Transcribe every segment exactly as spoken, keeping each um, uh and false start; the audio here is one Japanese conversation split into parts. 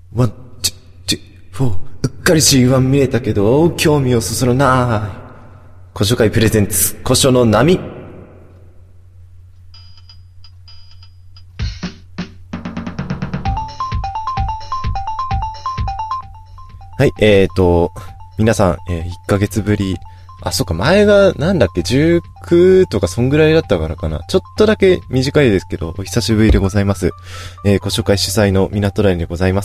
ワン、ツー、ツー、フォー。うっかり シーワン 見えたけど、興味をそそらない。古書会プレゼンツ、古書の波。はい、えーと、皆さん、えー、いっかげつぶり。あ、そっか、前が、なんだっけ、じゅうきゅうとかそんぐらいだったからかな。ちょっとだけ短いですけど、お久しぶりでございます。えー、古書会主催の港谷でございます。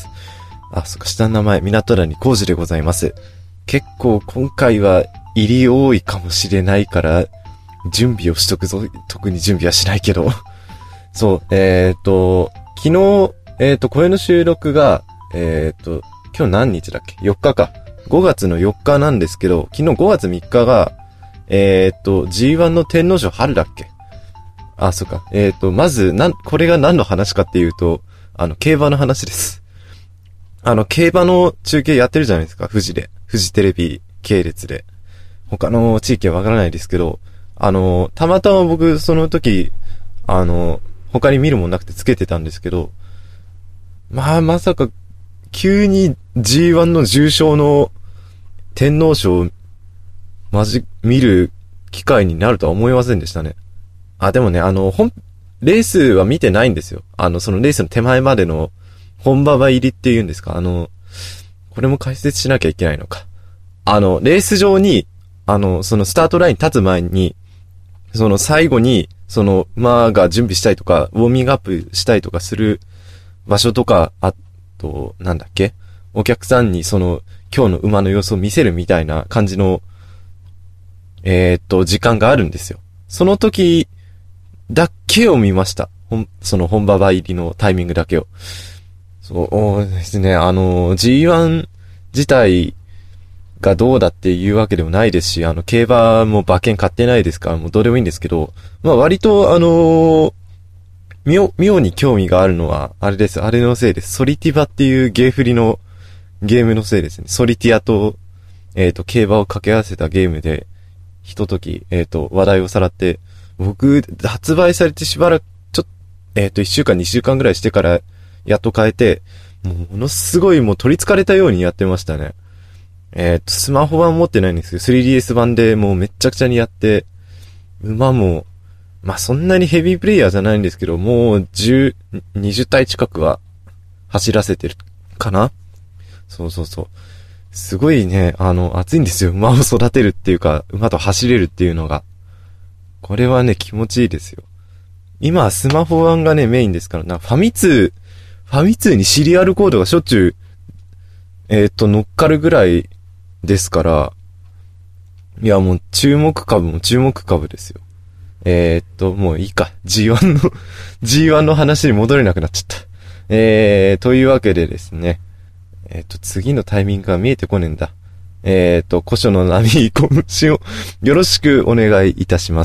あ、そっか、下の名前、港谷浩二でございます。結構、今回は、入り多いかもしれないから、準備をしとくぞ。特に準備はしないけど。そう、えーと、昨日、えーと、声の収録が、えーと、今日何日だっけ ?よっか か。ごがつのよっかなんですけど、昨日ごがつみっかが、えーっと、ジーワン の天皇賞春だっけ。あ、そうか。えーっと、まず、なん、これが何の話かっていうと、あの、競馬の話です。あの、競馬の中継やってるじゃないですか、富士で。富士テレビ系列で。他の地域はわからないですけど、あの、たまたま僕、その時、あの、他に見るもんなくてつけてたんですけど、まあ、まさか、急に ジーワン の重賞の天皇賞をまじ、見る機会になるとは思いませんでしたね。あ、でもね、あの、本、レースは見てないんですよ。あの、そのレースの手前までの本馬場入りっていうんですか。あの、これも解説しなきゃいけないのか。あの、レース上に、あの、そのスタートラインに立つ前に、その最後に、その馬が準備したいとか、ウォーミングアップしたいとかする場所とか、あと、なんだっけ？お客さんにその、今日の馬の様子を見せるみたいな感じの、えー、っと、時間があるんですよ。その時だけを見ました。ほん、その本馬場入りのタイミングだけを。そうですね、あの、ジーワン 自体がどうだっていうわけでもないですし、あの、競馬も馬券買ってないですから、もうどうでもいいんですけど、まあ割とあの、妙、妙に興味があるのは、あれです。あれのせいです。ソリティバっていうゲーフリのゲームのせいですね。ソリティアと、えっと、競馬を掛け合わせたゲームで、ひととき、えっと、話題をさらって、僕、発売されてしばらく、ちょっと、えっと、いっしゅうかん、にしゅうかんぐらいしてから、やっと変えて、もう、ものすごいもう取り憑かれたようにやってましたね。えっと、スマホ版持ってないんですけど、スリーディーエス 版でもうめっちゃくちゃにやって、馬も、まあ、そんなにヘビープレイヤーじゃないんですけど、もうじゅう、にじゅったい近くは走らせてるかな。そうそうそう。すごいね、あの、熱いんですよ。馬を育てるっていうか、馬と走れるっていうのが。これはね、気持ちいいですよ。今はスマホ版がね、メインですからな。ファミ通、ファミ通にシリアルコードがしょっちゅう、えー、っと、乗っかるぐらいですから、いや、もう注目株も注目株ですよ。えー、っと、もういいか。ジーワン の、ジーワン の話に戻れなくなっちゃった。えー、というわけでですね。えー、っと、次のタイミングが見えてこねえんだ。えー、っと、古書の波、今週をよろしくお願いいたします。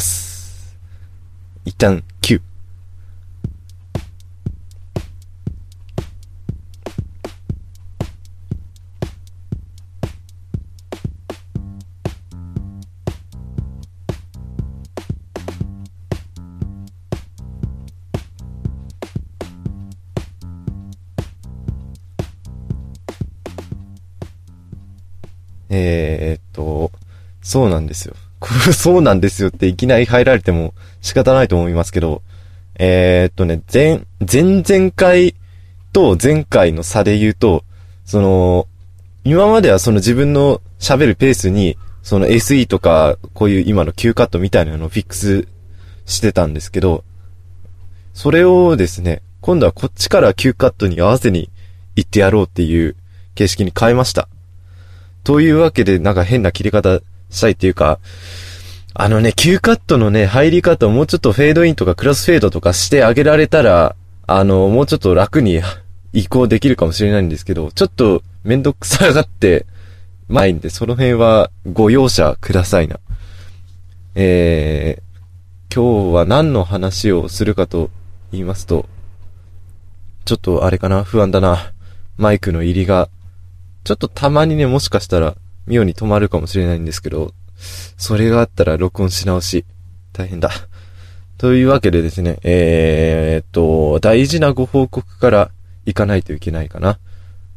一旦、きゅう。えー、っと、そうなんですよ。そうなんですよっていきなり入られても仕方ないと思いますけど、えー、っとね、前、前々回と前回の差で言うと、その、今まではその自分の喋るペースに、その エスイー とか、こういう今の Q カットみたいなのをフィックスしてたんですけど、それをですね、今度はこっちから Q カットに合わせに行ってやろうっていう形式に変えました。というわけで、なんか変な切り方したいっていうか、あのね、Q カットのね、入り方をもうちょっとフェードインとかクロスフェードとかしてあげられたら、あの、もうちょっと楽に移行できるかもしれないんですけど、ちょっとめんどくさがって、ないんで、その辺はご容赦くださいな。えー、今日は何の話をするかと言いますと、ちょっとあれかな、不安だな。マイクの入りが、ちょっとたまにね、もしかしたら妙に止まるかもしれないんですけど、それがあったら録音し直し、大変だ。というわけでですね、えーっと、大事なご報告から行かないといけないかな。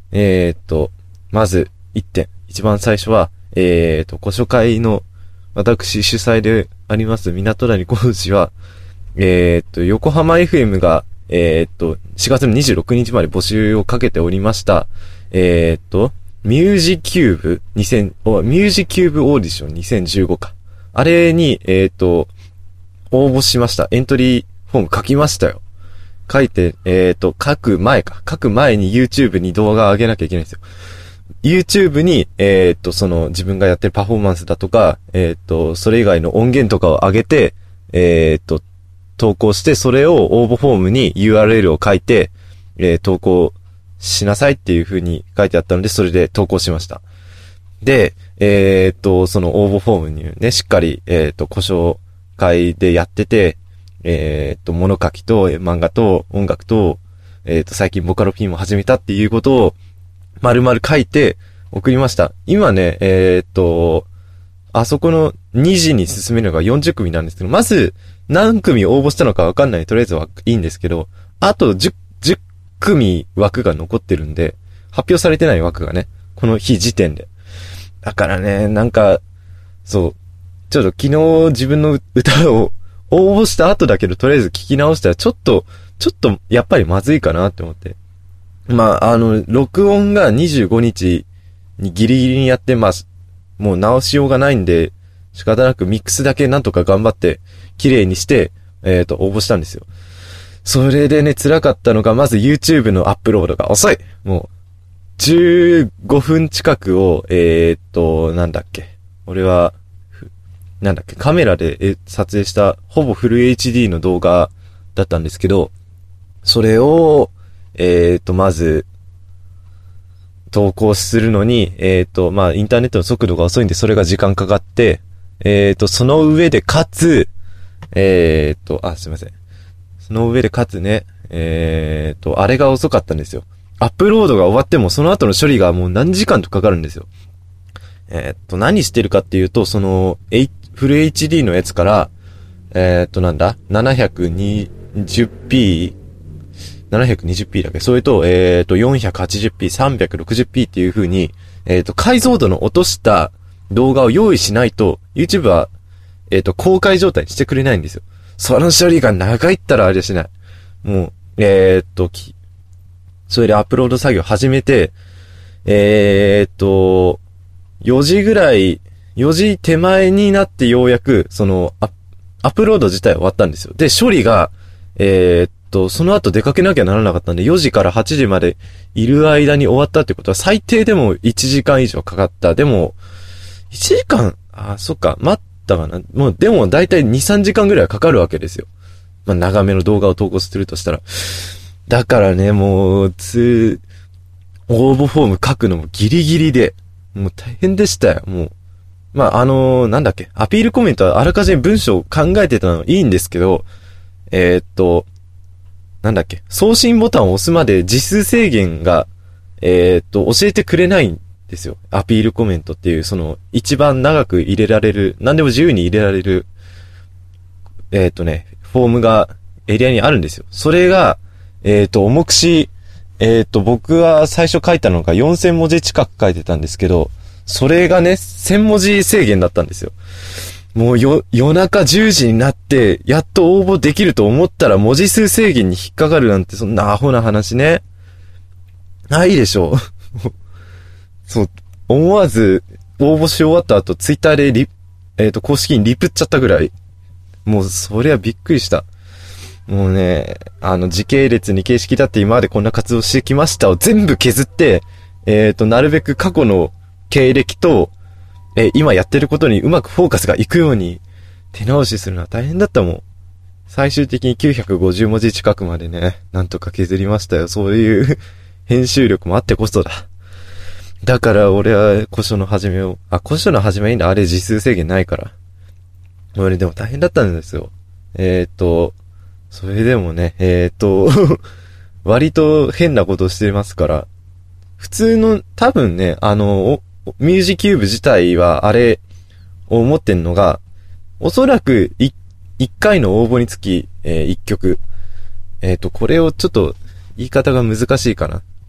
えー、っと、まずいってん。一番最初は、えー、っと、古書会の私主催であります港谷講師は、えー、っと、横浜 エフエム が、えー、っと、しがつのにじゅうろくにちまで募集をかけておりました。えー、っと、ミュージキューブにせん、ミュージキューブオーディションにせんじゅうごか。あれに、えー、っと、応募しました。エントリーフォーム書きましたよ。書いて、えっと、書く前か。書く前に YouTube に動画を上げなきゃいけないんですよ。YouTube に、えっと、その自分がやってるパフォーマンスだとか、えっと、それ以外の音源とかを上げて、えっと、投稿して、それを応募フォームに ユーアールエル を書いて、えー、投稿しなさいっていう風に書いてあったので、それで投稿しました。で、えっと、その応募フォームにね、しっかり、えっと、古書会でやってて、えっと、物書きと漫画と音楽と、えっと、最近ボカロ P も始めたっていうことを丸々書いて送りました。今ね、えっと、あそこのにじに進めるのがよんじゅっくみなんですけど、まず何組応募したのかわかんない。とりあえずはいいんですけど、あとじゅう、じゅっくみ枠が残ってるんで、発表されてない枠がね、この日時点で。だからね、なんか、そう、ちょっと昨日自分の歌を応募した後だけど、とりあえず聞き直したら、ちょっと、ちょっと、やっぱりまずいかなって思って。まあ、あの、録音がにじゅうごにちにギリギリにやって、まあ、もう直しようがないんで、仕方なくミックスだけなんとか頑張って、綺麗にして、えっと、応募したんですよ。それでね、辛かったのが、まず YouTube のアップロードが遅い。もう、じゅうごふん近くを、えー、っと、なんだっけ。俺は、なんだっけ、カメラで撮影したほぼフル エイチディー の動画だったんですけど、それを、えーと、まず、投稿するのに、えーと、まあ、インターネットの速度が遅いんで、それが時間かかって、えーと、その上でかつ、えーと、あ、すいません。その上でかつね、えーと、あれが遅かったんですよ。アップロードが終わっても、その後の処理がもう何時間とかかるんですよ。えーと、何してるかっていうと、その、フル エイチディー のやつから、えっと、なんだ ?ななひゃくにじゅうピー、ななひゃくにじゅうピー だっけそれと、えっと、よんひゃくはちじゅうピー、さんびゃくろくじゅうピー っていう風に、えっと、解像度の落とした動画を用意しないと、YouTube は、えっと、公開状態にしてくれないんですよ。その処理が長いったらあれはしない。もう、えっと、それでアップロード作業始めて、えっと、よじぐらい、よじ手前になってようやく、その、アップロード自体終わったんですよ。で、処理が、えー、っと、その後出かけなきゃならなかったんで、よじからはちじまでいる間に終わったってことは、最低でもいちじかん以上かかった。でも、いちじかん、あ、そっか、待ったかな。もう、でもだいたいに、さんじかんぐらいはかかるわけですよ。まあ、長めの動画を投稿するとしたら。だからね、もう、つ、応募フォーム書くのもギリギリで、もう大変でしたよ、もう。まあ、あのー、なんだっけ、アピールコメントはあらかじめ文章を考えてたのいいんですけど、えー、っと、なんだっけ、送信ボタンを押すまで字数制限が、えー、っと、教えてくれないんですよ。アピールコメントっていう、その、一番長く入れられる、何でも自由に入れられる、えー、っとね、フォームがエリアにあるんですよ。それが、えー、っと、重くし、えー、っと、僕は最初書いたのがよんせんもじ近く書いてたんですけど、それがね、せんもじ制限だったんですよ。もうよ、夜中じゅうじになって、やっと応募できると思ったら文字数制限に引っかかるなんて、そんなアホな話ね。ないでしょう。そう、思わず応募し終わった後、ツイッターでリ、えっと、公式にリプっちゃったぐらい。もう、そりゃびっくりした。もうね、あの、時系列に形式だって今までこんな活動してきましたを全部削って、えっと、なるべく過去の経歴と、え、今やってることにうまくフォーカスがいくように手直しするのは大変だったもん。最終的にきゅうひゃくごじゅうもじ近くまでね、なんとか削りましたよ。そういう編集力もあってこそだ。だから俺は古書の始めを、あ、古書の始めいいんだ。あれ字数制限ないから。俺でも大変だったんですよ。えーっと、それでもね、えーっと、割と変なことしてますから、普通の、多分ね、あの、ミュージキューブ自体はあれを持ってんのが、おそらくい一回の応募につき、えー、一曲。えっと、これをちょっと言い方が難しいかな。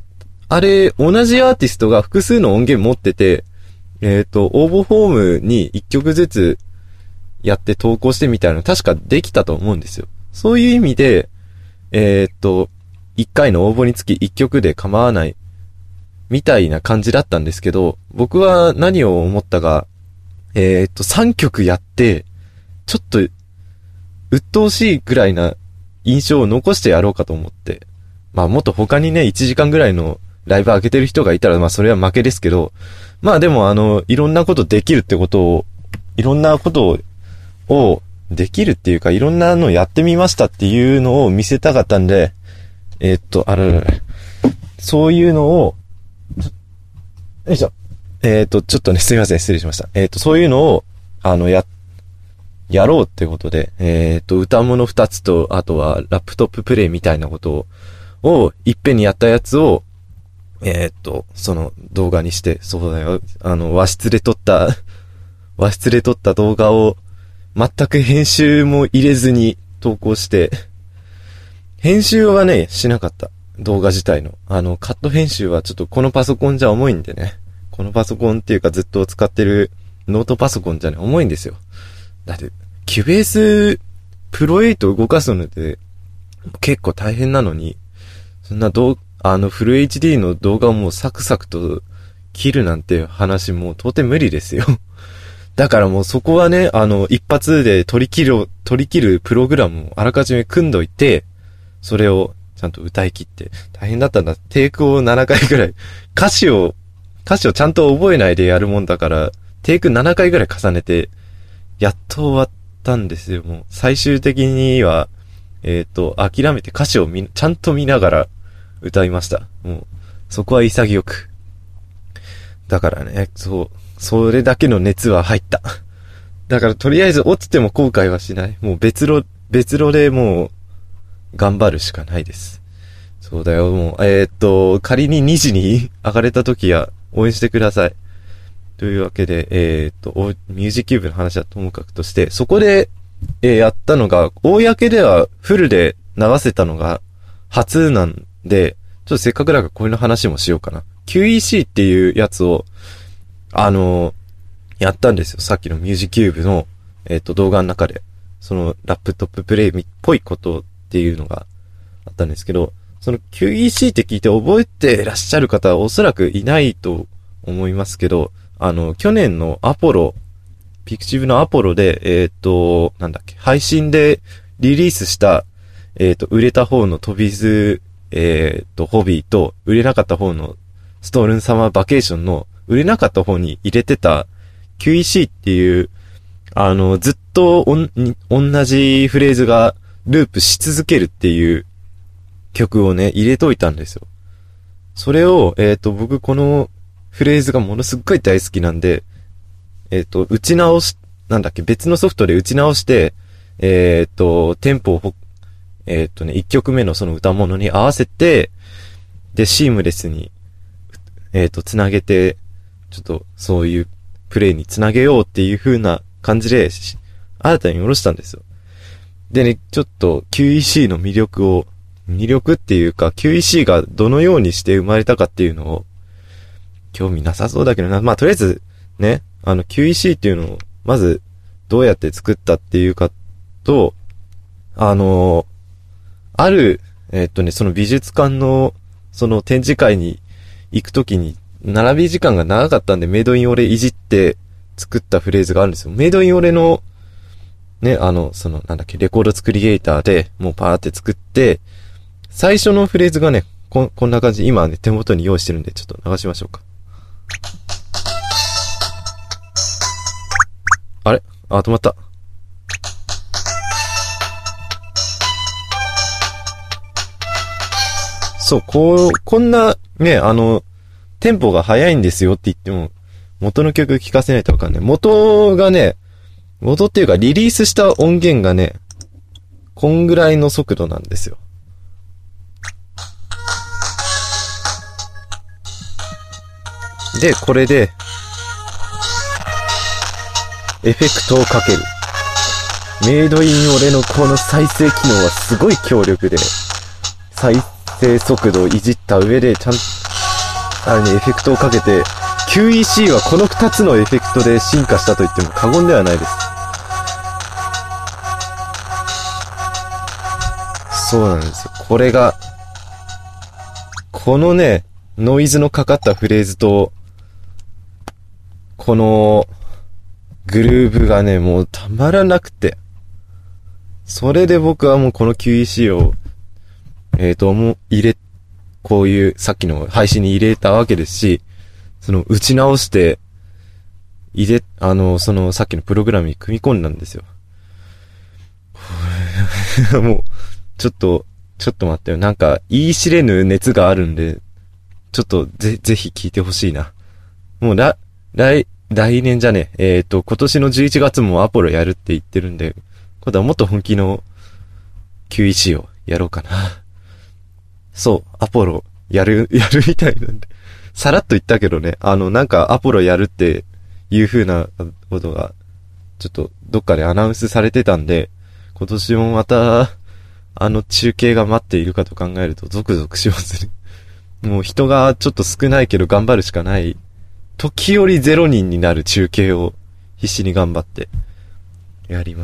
あれ、同じアーティストが複数の音源持ってて、えっと、応募フォームに一曲ずつやって投稿してみたいなの確かできたと思うんですよ。そういう意味で、えっと、一回の応募につき一曲で構わないみたいな感じだったんですけど、僕は何を思ったが、えっと、三曲やって、ちょっと、鬱陶しいぐらいな印象を残してやろうかと思って。まあもっと他にね、いちじかんぐらいのライブ上げてる人がいたら、まあそれは負けですけど、まあでもあの、いろんなことできるってことを、いろんなことを、をできるっていうか、いろんなのやってみましたっていうのを見せたかったんで、えー、っと、あららら、そういうのを、よいしょ。えー、っと、ちょっとね、すみません、失礼しました。えー、っと、そういうのを、あの、や、やろうってことで、えー、っと、歌物二つと、あとは、ラップトッププレイみたいなことを、を、いっぺんにやったやつを、えー、っと、その動画にして、そうだよ、あの、和室で撮った、和室で撮った動画を、全く編集も入れずに投稿して、編集はね、しなかった。動画自体の。あの、カット編集はちょっとこのパソコンじゃ重いんでね。このパソコンっていうかずっと使ってるノートパソコンじゃね、重いんですよ。だって、キュベースプロエイト動かすのって結構大変なのに、そんな動、あのフル エイチディー の動画をもうサクサクと切るなんて話もう到底無理ですよ。だからもうそこはね、あの、一発で取り切る、取り切るプログラムをあらかじめ組んどいて、それをちゃんと歌い切って、大変だったんだ。テイクをななかいぐらい、歌詞を、歌詞をちゃんと覚えないでやるもんだから、テイクななかいぐらい重ねて、やっと終わったんですよ。もう最終的には、えっと、諦めて歌詞を見、ちゃんと見ながら歌いました。もう、そこは潔く。だからね、そう、それだけの熱は入った。だからとりあえず落ちても後悔はしない。もう別路、別路でもう、頑張るしかないです。そうだよ、もう、えー、っと、仮ににじに上がれた時は応援してください。というわけで、えー、っと、ミュージックキューブの話はともかくとして、そこで、えー、やったのが、公ではフルで流せたのが初なんで、ちょっとせっかくだからこういうの話もしようかな。キューイーシー っていうやつを、あのー、やったんですよ。さっきのミュージックキューブの、えー、っと、動画の中で、その、ラップトッププレイっぽいことっていうのがあったんですけど、その キューイーシー って聞いて覚えてらっしゃる方はおそらくいないと思いますけど、あの、去年のアポロ、ピクチブのアポロで、えー、っと、なんだっけ、配信でリリースした、えー、っと、売れた方のトビズ、えー、っと、ホビーと、売れなかった方のストールンサマーバケーションの、売れなかった方に入れてた キューイーシー っていう、あの、ずっとおん、同じフレーズがループし続けるっていう曲をね、入れといたんですよ。それを、えっと、僕このフレーズがものすっごい大好きなんで、えっと、打ち直し、なんだっけ、別のソフトで打ち直して、えっと、テンポを、えっとね、一曲目のその歌物に合わせて、で、シームレスに、えっと、つなげて、ちょっと、そういうプレイにつなげようっていう風な感じで、新たに下ろしたんですよ。でね、ちょっと キューイーシー の魅力を、魅力っていうか、キューイーシー がどのようにして生まれたかっていうのを、興味なさそうだけどな。まあ、とりあえず、ね、あの、キューイーシー っていうのを、まず、どうやって作ったっていうかと、あの、ある、えっとね、その美術館の、その展示会に行くときに、並び時間が長かったんで、メイドインオレいじって作ったフレーズがあるんですよ。メイドインオレの、ね、あの、その、なんだっけ、レコードクリエイターで、もうパーって作って、最初のフレーズがね、こ、こんな感じ、今ね、手元に用意してるんで、ちょっと流しましょうか。あれ？あ、止まった。そう、こう、こんな、ね、あの、テンポが速いんですよって言っても、元の曲聴かせないとわかんない。元がね、元っていうかリリースした音源がね、こんぐらいの速度なんですよ。で、これで、エフェクトをかける。メイドイン俺のこの再生機能はすごい強力で、再生速度をいじった上で、ちゃん、 あれにエフェクトをかけて、キューイーシー はこのふたつのエフェクトで進化したと言っても過言ではないです。そうなんですよ。これが、このね、ノイズのかかったフレーズと、この、グルーヴがね、もうたまらなくて。それで僕はもうこの キューイーシー を、えーと、もう入れ、こういうさっきの配信に入れたわけですし、その打ち直して、入れ、あの、そのさっきのプログラムに組み込んだんですよ。もう、ちょっと、ちょっと待ってよ。なんか、言い知れぬ熱があるんで、ちょっとぜ、ぜひ聞いてほしいな。もうら、来、来年じゃねえ、えっと、今年のじゅういちがつもアポロやるって言ってるんで、今度はもっと本気の キューイーシー をやろうかな。そう、アポロやる、やるみたいなんで。さらっと言ったけどね、あの、なんかアポロやるっていう風なことが、ちょっとどっかでアナウンスされてたんで、今年もまた、あの中継が待っているかと考えるとゾクゾクしますね。もう人がちょっと少ないけど頑張るしかない。時折ゼロにんになる中継を必死に頑張ってやります。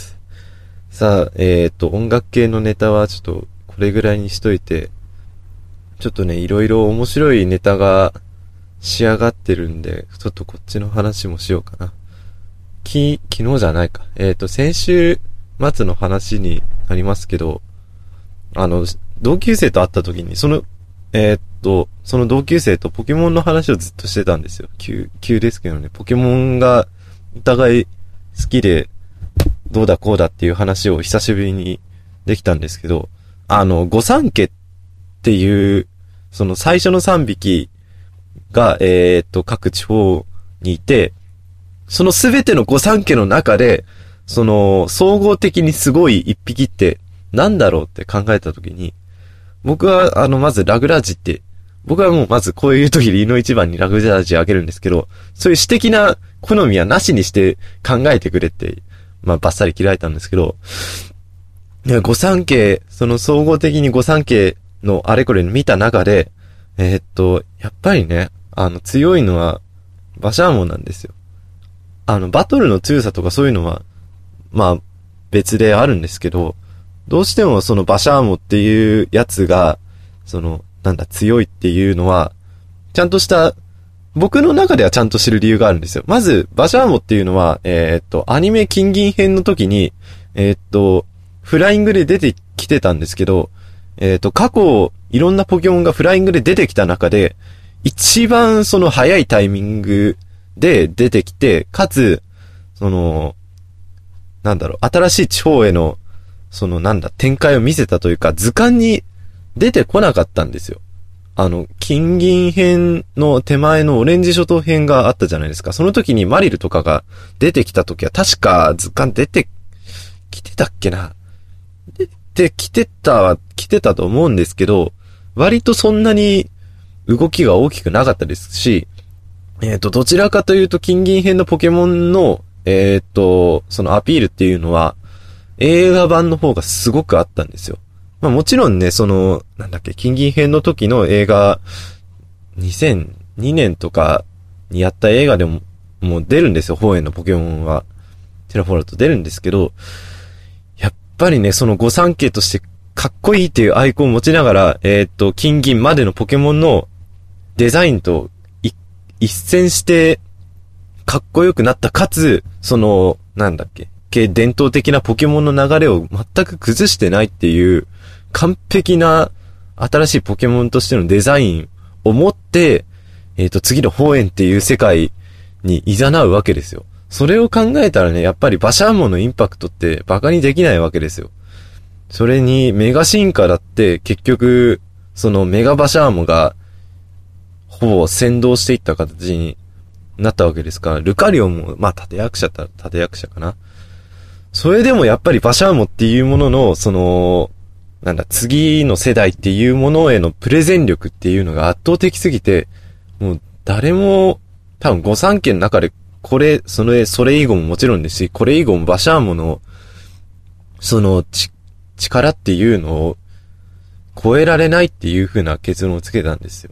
さあ、えーと、音楽系のネタはちょっとこれぐらいにしといて、ちょっとね、いろいろ面白いネタが仕上がってるんで、ちょっとこっちの話もしようかな。き、昨日じゃないか。えーと、先週末の話になりますけど、あの、同級生と会った時に、その、えー、っと、その同級生とポケモンの話をずっとしてたんですよ。急、急ですけどね。ポケモンがお互い好きで、どうだこうだっていう話を久しぶりにできたんですけど、あの、御三家っていう、その最初のさんびきが、えー、っと、各地方にいて、そのすべての御三家の中で、その、総合的にすごい一匹ってなんだろうって考えたときに、僕は、あの、まずラグラージって、僕はもうまずこういう時にの一番にラグラージあげるんですけど、そういう私的な好みはなしにして考えてくれって、まあバッサリ切られたんですけど、いや、御三家、その総合的に御三家のあれこれ見た中で、えー、っと、やっぱりね、あの、強いのは、バシャーモンなんですよ。あの、バトルの強さとかそういうのは、まあ、別であるんですけど、どうしてもそのバシャーモっていうやつが、その、なんだ、強いっていうのは、ちゃんとした、僕の中ではちゃんと知る理由があるんですよ。まず、バシャーモっていうのは、えー、っと、アニメ金銀編の時に、えー、っと、フライングで出てきてたんですけど、えー、っと、過去、いろんなポケモンがフライングで出てきた中で、一番その早いタイミングで出てきて、かつ、その、なんだろう、新しい地方への、そのなんだ、展開を見せたというか、図鑑に出てこなかったんですよ。あの、金銀編の手前のオレンジ諸島編があったじゃないですか。その時にマリルとかが出てきた時は、確か図鑑出てきてたっけな。出てきてた、来てたと思うんですけど、割とそんなに動きが大きくなかったですし、えっと、どちらかというと金銀編のポケモンの、えっと、そのアピールっていうのは、映画版の方がすごくあったんですよ。まあもちろんね、その、なんだっけ、金銀編の時の映画、にせんにねんとかにやった映画でも、もう出るんですよ、方へのポケモンは。テラフォーラと出るんですけど、やっぱりね、その御三家としてかっこいいっていうアイコンを持ちながら、えっと、金銀までのポケモンのデザインと一線してかっこよくなった、かつ、その、なんだっけ、系伝統的なポケモンの流れを全く崩してないっていう、完璧な新しいポケモンとしてのデザインを持って、えっと、次の方園っていう世界に誘うわけですよ。それを考えたらね、やっぱりバシャーモンのインパクトってバカにできないわけですよ。それにメガ進化だって結局、そのメガバシャーモンがほぼ先導していった形になったわけですから、ルカリオンも、まあ立役者だ、立役者かな。それでもやっぱりバシャーモンっていうものの、その、なんだ、次の世代っていうものへのプレゼン力っていうのが圧倒的すぎて、もう誰も、多分御三家の中で、これ、それ、それ以後ももちろんですし、これ以後もバシャーモンの、その、ち、力っていうのを超えられないっていう風な結論をつけたんですよ。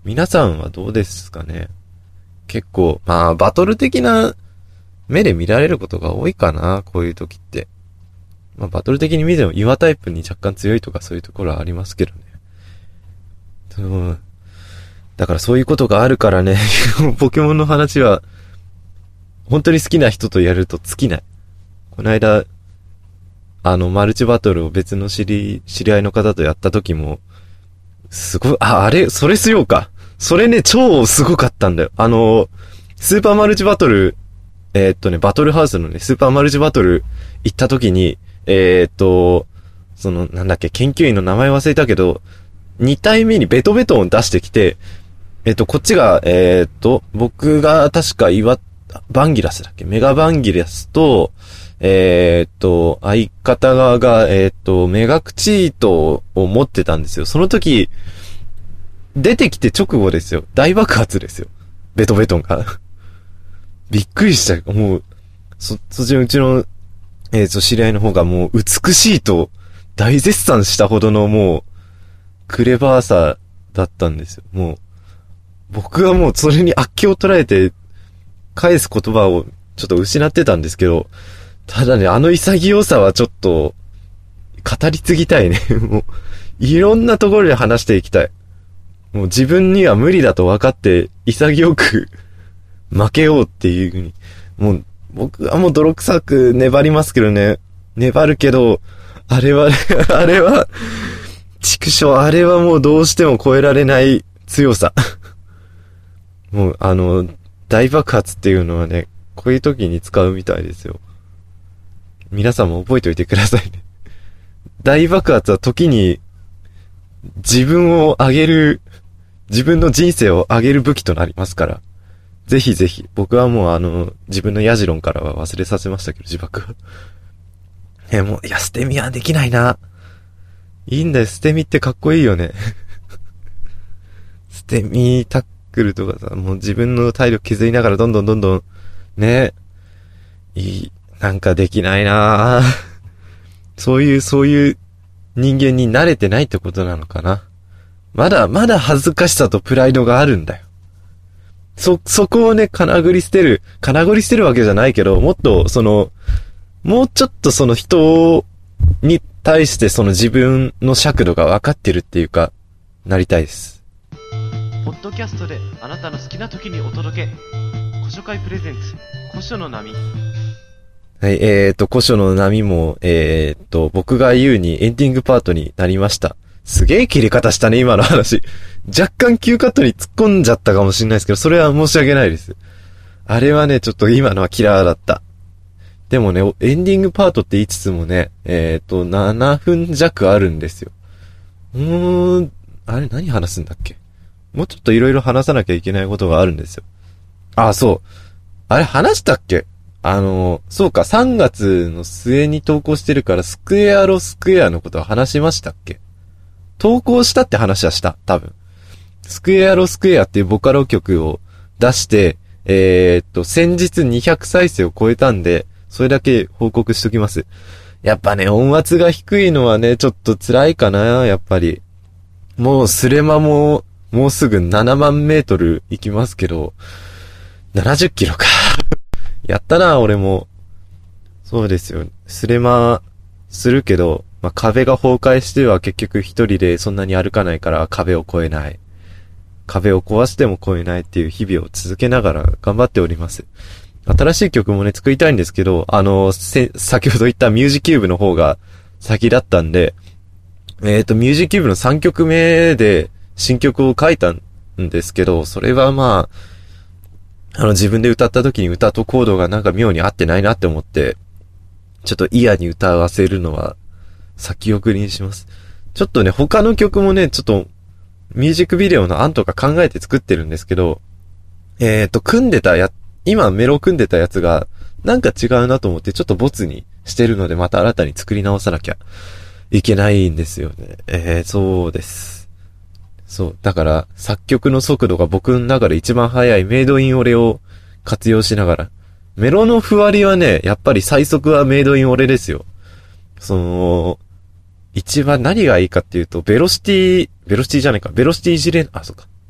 皆さんはどうですかね。結構、まあ、バトル的な目で見られることが多いかな、こういう時って。まあ、バトル的に見ても岩タイプに若干強いとかそういうところはありますけどね。うん。だからそういうことがあるからね、ポケモンの話は、本当に好きな人とやると尽きない。この間、あの、マルチバトルを別の知り、知り合いの方とやった時も、すごい、あ、あれ、それしようか。それね、超すごかったんだよ。あの、スーパーマルチバトル、えー、っとね、バトルハウスのね、スーパーマルチバトル行った時に、えー、っと、その、なんだっけ、研究員の名前忘れたけど、に体目にベトベトを出してきて、えー、っと、こっちが、えー、っと、僕が確か岩、バンギラスだっけ、メガバンギラスと、えー、っと、相方側が、えー、っと、メガクチートを持ってたんですよ。その時、出てきて直後ですよ。大爆発ですよ。ベトベトンが。びっくりしたよ。もう、そ、そっちのうちの、えー、と、知り合いの方がもう美しいと大絶賛したほどのもう、クレバーさだったんですよ。もう、僕はもうそれに悪気を捉えて、返す言葉をちょっと失ってたんですけど、ただね、あの潔さはちょっと、語り継ぎたいね。もう、いろんなところで話していきたい。もう自分には無理だと分かって、潔く、負けようっていう風に。もう、僕はもう泥臭く粘りますけどね。粘るけど、あれは、あれは、畜生、あれはもうどうしても超えられない強さ。もう、あの、大爆発っていうのはね、こういう時に使うみたいですよ。皆さんも覚えておいてくださいね。大爆発は時に、自分を上げる、自分の人生を上げる武器となりますから。ぜひぜひ、僕はもうあの、自分のヤジロンからは忘れさせましたけど、自爆は。え、もう、いや、捨て身はできないな。いいんだよ、捨て身ってかっこいいよね。捨て身タックルとかさ、もう自分の体力削りながらどんどんどんどん、ね、いい、なんかできないな。そういう、そういう人間に慣れてないってことなのかな。まだ、まだ恥ずかしさとプライドがあるんだよ。そ、そこをね、かなぐり捨てる、かなぐり捨てるわけじゃないけど、もっと、その、もうちょっとその人に対してその自分の尺度が分かってるっていうか、なりたいです。 ポッドキャストであなたの好きな時にお届け。古書会プレゼンツ、古書の波。 はい、えーと、古書の波も、えーと、僕が言うにエンディングパートになりました。すげえ切り方したね、今の話。若干急カットに突っ込んじゃったかもしれないですけど、それは申し訳ないです。あれはね、ちょっと今のはキラーだった。でもね、エンディングパートって言いつつもね、えーと、ななふん弱あるんですよ。うーん、あれ何話すんだっけ？もうちょっといろいろ話さなきゃいけないことがあるんですよ。あ、そう。あれ話したっけ？あの、そうか、さんがつの末に投稿してるから、スクエアロスクエアのことは話しましたっけ？投稿したって話はした、多分。スクエアロスクエアっていうボカロ曲を出して、えー、っと、先日にひゃくさいせいを超えたんで、それだけ報告しときます。やっぱね、音圧が低いのはね、ちょっと辛いかな、やっぱり。もうスレマも、もうすぐななまんメートル行きますけど、ななじゅっキロか。やったな、俺も。そうですよ。スレマするけど、まあ、壁が崩壊しては結局一人でそんなに歩かないから壁を越えない。壁を壊しても越えないっていう日々を続けながら頑張っております。新しい曲もね、作りたいんですけど、あの、せ、先ほど言ったミュージキューブの方が先だったんで、えっと、ミュージキューブのさんきょくめで新曲を書いたんですけど、それはまあ、あの、自分で歌った時に歌とコードがなんか妙に合ってないなって思って、ちょっとイヤに歌わせるのは先送りにします。ちょっとね、他の曲もね、ちょっと、ミュージックビデオの案とか考えて作ってるんですけど、えっと、組んでたや、今メロ組んでたやつが、なんか違うなと思ってちょっとボツにしてるので、また新たに作り直さなきゃいけないんですよね。えー、そうです。そう。だから、作曲の速度が僕の中で一番速いメイドインオレを活用しながら、メロのふわりはね、やっぱり最速はメイドインオレですよ。その、一番何がいいかっていうと、ベロシティ、ベロシティじゃないか、ベロシティジレ、あ、そうか。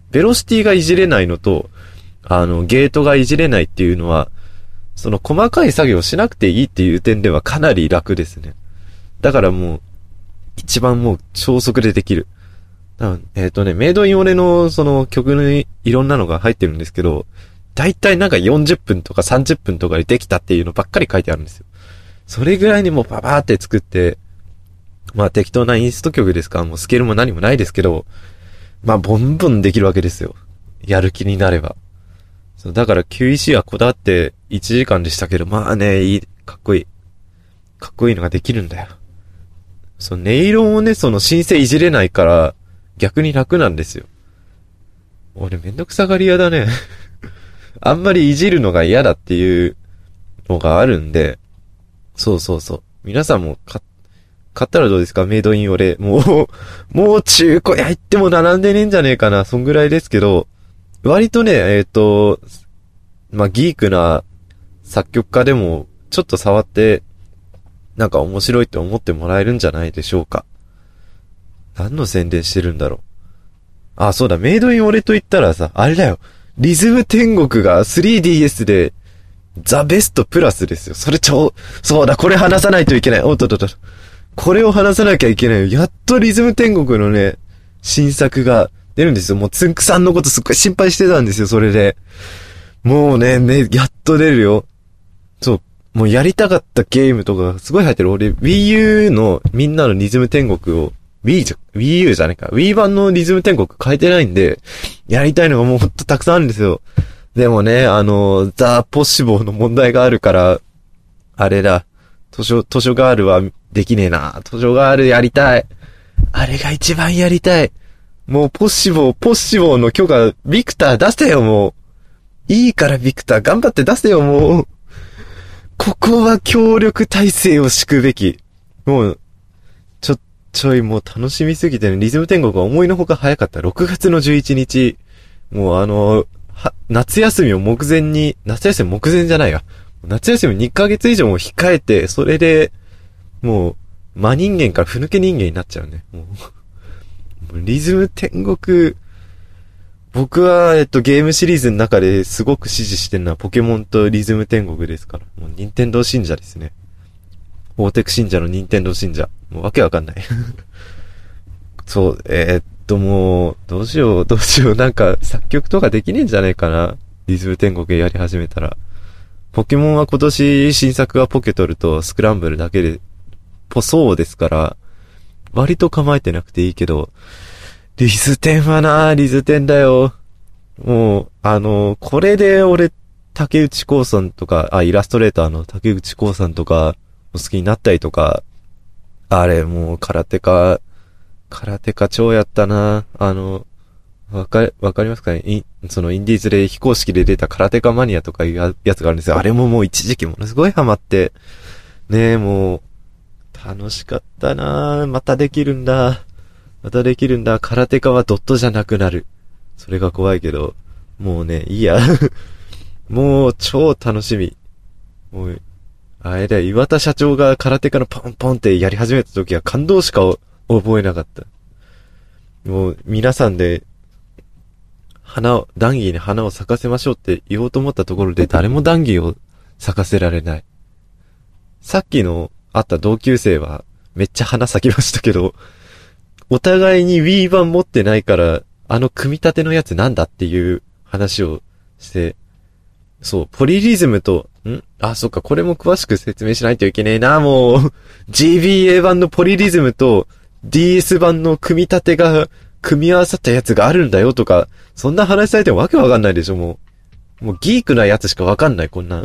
ベロシティがいじれないのと、あの、ゲートがいじれないっていうのは、その細かい作業をしなくていいっていう点ではかなり楽ですね。だからもう、一番もう超速でできる。えっとね、メイドインオレのその曲にいろんなのが入ってるんですけど、だいたいなんかよんじゅっぷんとかさんじゅっぷんとかでできたっていうのばっかり書いてあるんですよ。それぐらいにもうパパーって作って、まあ適当なインスト曲ですから、もうスケールも何もないですけど、まあボンボンできるわけですよ。やる気になれば。そう、だから キューイーシー はこだわっていちじかんでしたけど、まあね、いい、かっこいい。かっこいいのができるんだよ。そう、音色をね、そのシンセいじれないから、逆に楽なんですよ。俺めんどくさがり屋だね。あんまりいじるのが嫌だっていうのがあるんで、そうそうそう。皆さんも買、買ったらどうですか？メイドインオレ。もう、もう中古屋行っても並んでねえんじゃねえかな。そんぐらいですけど、割とね、えっと、まあ、ギークな作曲家でも、ちょっと触って、なんか面白いって思ってもらえるんじゃないでしょうか。何の宣伝してるんだろう。あ、そうだ、メイドインオレと言ったらさ、あれだよ。リズム天国が スリーディーエス で、ザ・ベストプラスですよ。それ超、そうだ、これ話さないといけない。おっとっとっと。これを話さなきゃいけないよ。やっとリズム天国のね、新作が出るんですよ。もうつんくさんのことすっごい心配してたんですよ、それで。もうね、ね、やっと出るよ。そう。もうやりたかったゲームとかがすごい入ってる。俺、Wii U のみんなのリズム天国を、Wii じゃ、Wii U じゃねえか。Wii 版のリズム天国変えてないんで、やりたいのがもうほんとたくさんあるんですよ。でもね、あの、ザ・ポッシボーの問題があるから、あれだ、図書、図書ガールはできねえな。図書ガールやりたい。あれが一番やりたい。もうポッシボー、ポッシボーの許可、ビクター出せよ、もう。いいからビクター頑張って出せよ、もう。ここは協力体制を敷くべき。もう、ちょ、ちょいもう楽しみすぎてね、リズム天国が思いのほか早かった。ろくがつのじゅういちにち、もうあの、は、夏休みを目前に、夏休み目前じゃないわ。夏休みにかげつ以上も控えて、それで、もう、真人間からふぬけ人間になっちゃうね。もう、リズム天国、僕は、えっと、ゲームシリーズの中ですごく支持してるのはポケモンとリズム天国ですから。もう、任天堂信者ですね。大テク信者の任天堂信者。もうわけわかんない。そう、えー、っともう、どうしよう、どうしよう。なんか、作曲とかできねえんじゃねえかな。リズム天国やり始めたら。ポケモンは今年新作はポケトルとスクランブルだけで、ぽそうですから、割と構えてなくていいけど、リズテンはな、リズテンだよ。もう、あの、これで俺、竹内光さんとか、あ、イラストレーターの竹内光さんとか、お好きになったりとか、あれ、もう、空手家、空手家超やったな。あの、わか、わかりますかね？イそのインディーズで非公式で出た空手家マニアとかいうやつがあるんですよ。あれももう一時期ものすごいハマって、ねえ、もう、楽しかったな。またできるんだ。またできるんだ。空手家はドットじゃなくなる。それが怖いけど、もうね、いいや。もう超楽しみ。もう、あれだよ、岩田社長が空手家のポンポンってやり始めた時は感動しか覚えなかった。もう皆さんで、花を、談義に花を咲かせましょうって言おうと思ったところで誰も談義を咲かせられない。さっきの会った同級生はめっちゃ花咲きましたけど、お互いに Wii 版持ってないから、あの組み立てのやつなんだっていう話をして、そう、ポリリズムと、んあ、そっか、これも詳しく説明しないといけねえな、もう。ジービーエー 版のポリリズムと ディーエス 版の組み立てが組み合わさったやつがあるんだよとか、そんな話されてもわけわかんないでしょ、もう。もうギークなやつしかわかんない、こんなん。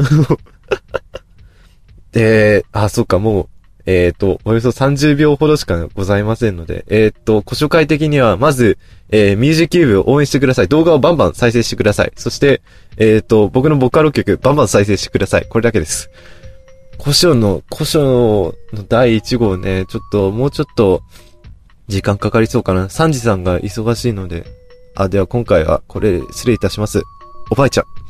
で、あ、そっか、もう、えっと、およそさんじゅうびょうほどしかございませんので、えっと、ご紹介的には、まず、えー、ミュージックキューブを応援してください。動画をバンバン再生してください。そして、えっと、僕のボカロ曲、バンバン再生してください。これだけです。コショウの、コショウのだいいち号ね、ちょっと、もうちょっと、時間かかりそうかな。サンジさんが忙しいので、あ、では今回は、これ、失礼いたします。おばあちゃん。